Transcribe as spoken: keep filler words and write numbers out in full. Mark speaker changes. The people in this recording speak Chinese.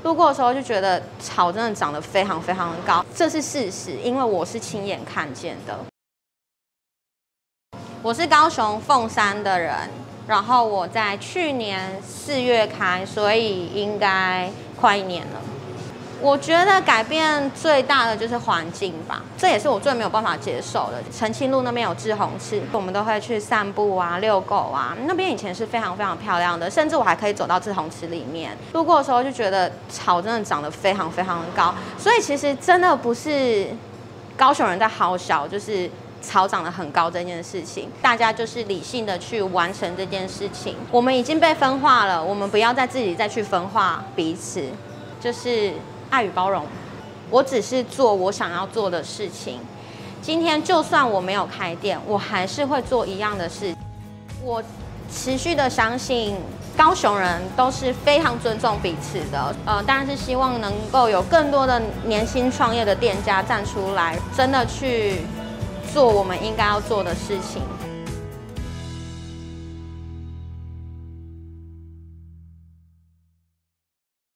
Speaker 1: 路过的时候就觉得草真的长得非常非常的高，这是事实，因为我是亲眼看见的。我是高雄凤山的人，然后我在去年四月开，所以应该快一年了。我觉得改变最大的就是环境吧，这也是我最没有办法接受的。澄清路那边有志宏池，我们都会去散步啊、遛狗啊，那边以前是非常非常漂亮的，甚至我还可以走到志宏池里面。路过的时候就觉得草真的长得非常非常的高，所以其实真的不是高雄人在好小，就是草长得很高这件事情，大家就是理性的去完成这件事情。我们已经被分化了，我们不要再自己再去分化彼此，就是爱与包容。我只是做我想要做的事情。今天就算我没有开店，我还是会做一样的事。我持续的相信高雄人都是非常尊重彼此的。呃，当然是希望能够有更多的年轻创业的店家站出来，真的去做我们应该要做的事情。